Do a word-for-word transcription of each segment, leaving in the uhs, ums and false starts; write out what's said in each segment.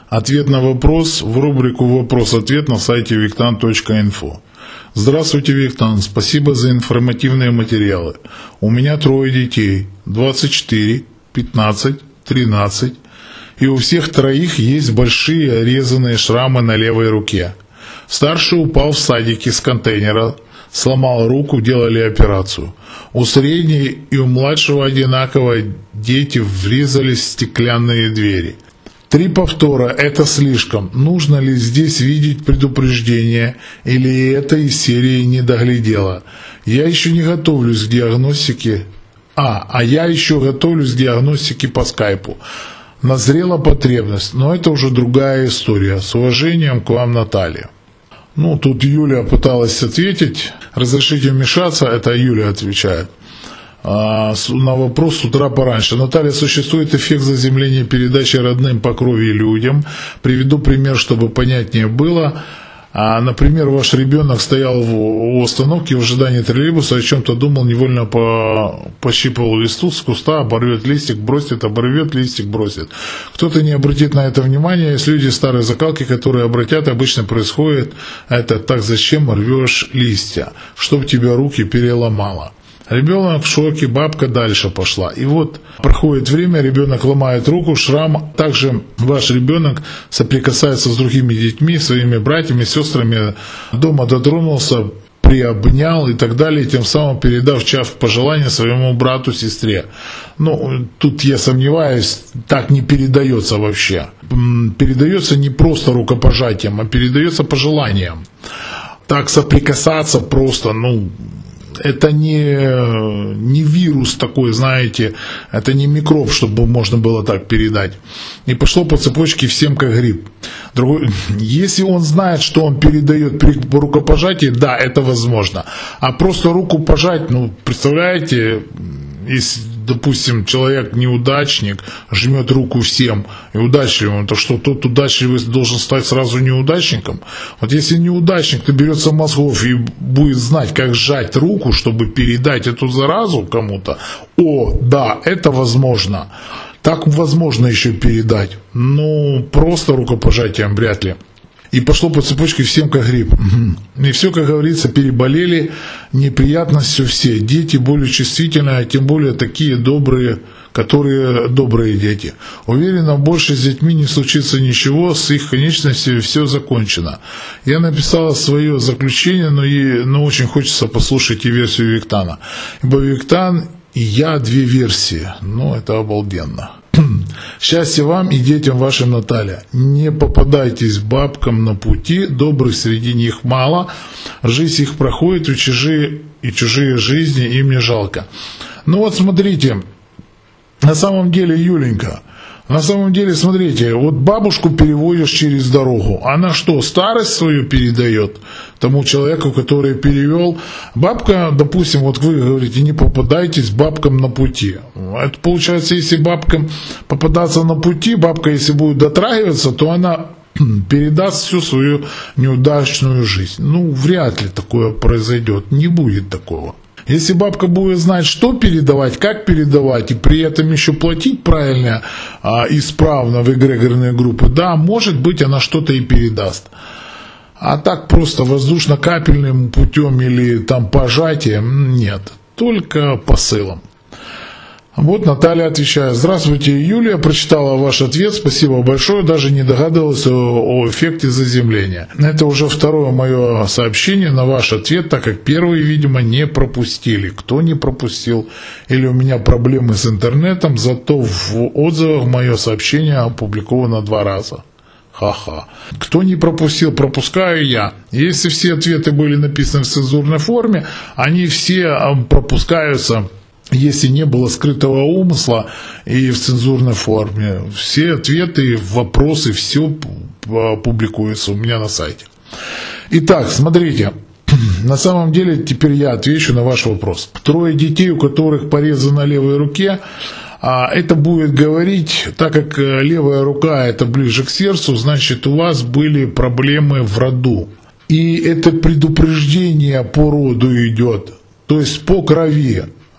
Ответ на вопрос в рубрику «Вопрос-ответ» на сайте виктан точка инфо. Здравствуйте, Виктан, спасибо за информативные материалы. У меня трое детей, двадцать четыре, пятнадцать, тринадцать, и у всех троих есть большие резаные шрамы на левой руке. Старший упал в садике с контейнера, сломал руку, делали операцию. У средней и у младшего одинаково дети врезались в стеклянные двери. Три повтора – это слишком. Нужно ли здесь видеть предупреждение, или это из серии не доглядело? Я еще не готовлюсь к диагностике. А, а я еще готовлюсь к диагностике по скайпу. Назрела потребность, но это уже другая история. С уважением к вам, Наталья. Ну, тут Юля пыталась ответить. Разрешите вмешаться, это Юля отвечает. А, на вопрос с утра пораньше. Наталья, существует эффект заземления передачи родным по крови людям. Приведу пример, чтобы понятнее было. А, например, ваш ребенок стоял в, у остановки в ожидании троллейбуса, о чем-то думал, невольно по, пощипывал листву с куста, оборвет листик, бросит, оборвет листик, бросит. Кто-то не обратит на это внимания, есть люди старой закалки, которые обратят, обычно происходит это так: зачем рвешь листья, чтоб тебя руки переломало. Ребенок в шоке, бабка дальше пошла. И вот проходит время, ребенок ломает руку, шрам. Также ваш ребенок соприкасается с другими детьми, своими братьями, сестрами, дома дотронулся, приобнял и так далее, тем самым передав часть пожелания своему брату, сестре. Ну, тут я сомневаюсь, так не передается вообще. Передается не просто рукопожатием, а передается пожеланием. Так соприкасаться просто, ну... Это не, не вирус такой, знаете, это не микроб, чтобы можно было так передать. И пошло по цепочке всем как гриб. Другой, если он знает, что он передает при рукопожатии, да, это возможно. А просто руку пожать, ну, представляете, если, допустим, человек неудачник, жмет руку всем и удачливым, то что тот удачливый должен стать сразу неудачником? Вот если неудачник, то берется мозгов и будет знать, как сжать руку, чтобы передать эту заразу кому-то, о, да, это возможно. Так возможно еще передать, но просто рукопожатием вряд ли. И пошло по цепочке всем как гриб. И все, как говорится, переболели неприятностью все. Дети более чувствительные, а тем более такие добрые, которые добрые дети. Уверена, больше с детьми не случится ничего, с их конечностью все закончено. Я написала свое заключение, но, и, но очень хочется послушать и версию Виктана. Ибо Виктан и я две версии. Ну, это обалденно. Счастья вам и детям вашим, Наталья. Не попадайтесь бабкам на пути, добрых среди них мало. Жизнь их проходит, и чужие, и чужие жизни им не жалко. Ну вот смотрите, на самом деле, Юленька, на самом деле, смотрите, вот бабушку переводишь через дорогу. Она что, старость свою передает тому человеку, который перевел? Бабка, допустим, вот вы говорите, не попадайтесь бабкам на пути. Это получается, если бабкам попадаться на пути, бабка, если будет дотрагиваться, то она передаст всю свою неудачную жизнь. Ну, вряд ли такое произойдет, не будет такого. Если бабка будет знать, что передавать, как передавать, и при этом еще платить правильно, а, исправно в эгрегорные группы, да, может быть, она что-то и передаст. А так просто воздушно-капельным путем или там пожатием, нет, только посылом. Вот Наталья отвечает: здравствуйте, Юлия, прочитала ваш ответ, спасибо большое, даже не догадывалась о, о эффекте заземления. Это уже второе мое сообщение на ваш ответ, так как первый, видимо, не пропустили. Кто не пропустил? Или у меня проблемы с интернетом, зато в отзывах мое сообщение опубликовано два раза. Ха-ха. Кто не пропустил, пропускаю я. Если все ответы были написаны в цензурной форме, они все пропускаются, если не было скрытого умысла, и в цензурной форме. Все ответы, вопросы, все публикуется у меня на сайте. Итак, смотрите. На самом деле, теперь я отвечу на ваш вопрос. Трое детей, у которых порезы на левой руке, это будет говорить, так как левая рука это ближе к сердцу, значит, у вас были проблемы в роду. И это предупреждение по роду идет, то есть по крови.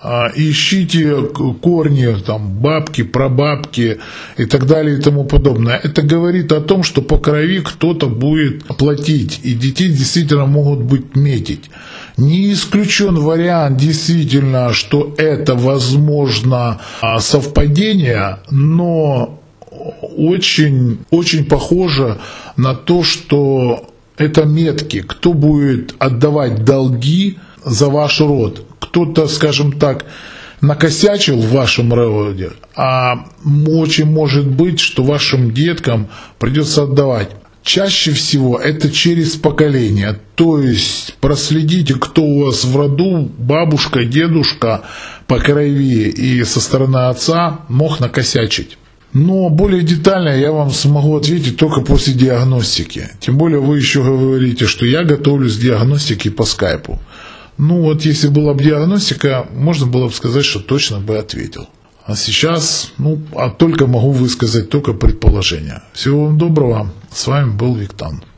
ищите корни, там, бабки, прабабки и так далее и тому подобное. Это говорит о том, что по крови кто-то будет платить, и детей действительно могут быть метить. Не исключен вариант действительно, что это возможно совпадение, но очень, очень похоже на то, что это метки, кто будет отдавать долги за ваш род. Кто-то, скажем так, накосячил в вашем роде, а очень может быть, что вашим деткам придется отдавать. Чаще всего это через поколение, то есть проследите, кто у вас в роду, бабушка, дедушка по крови и со стороны отца мог накосячить. Но более детально я вам смогу ответить только после диагностики. Тем более вы еще говорите, что я готовлюсь к диагностике по скайпу. Ну вот если была бы диагностика, можно было бы сказать, что точно бы ответил. А сейчас, ну, а только могу высказать только предположение. Всего вам доброго. С вами был Виктан.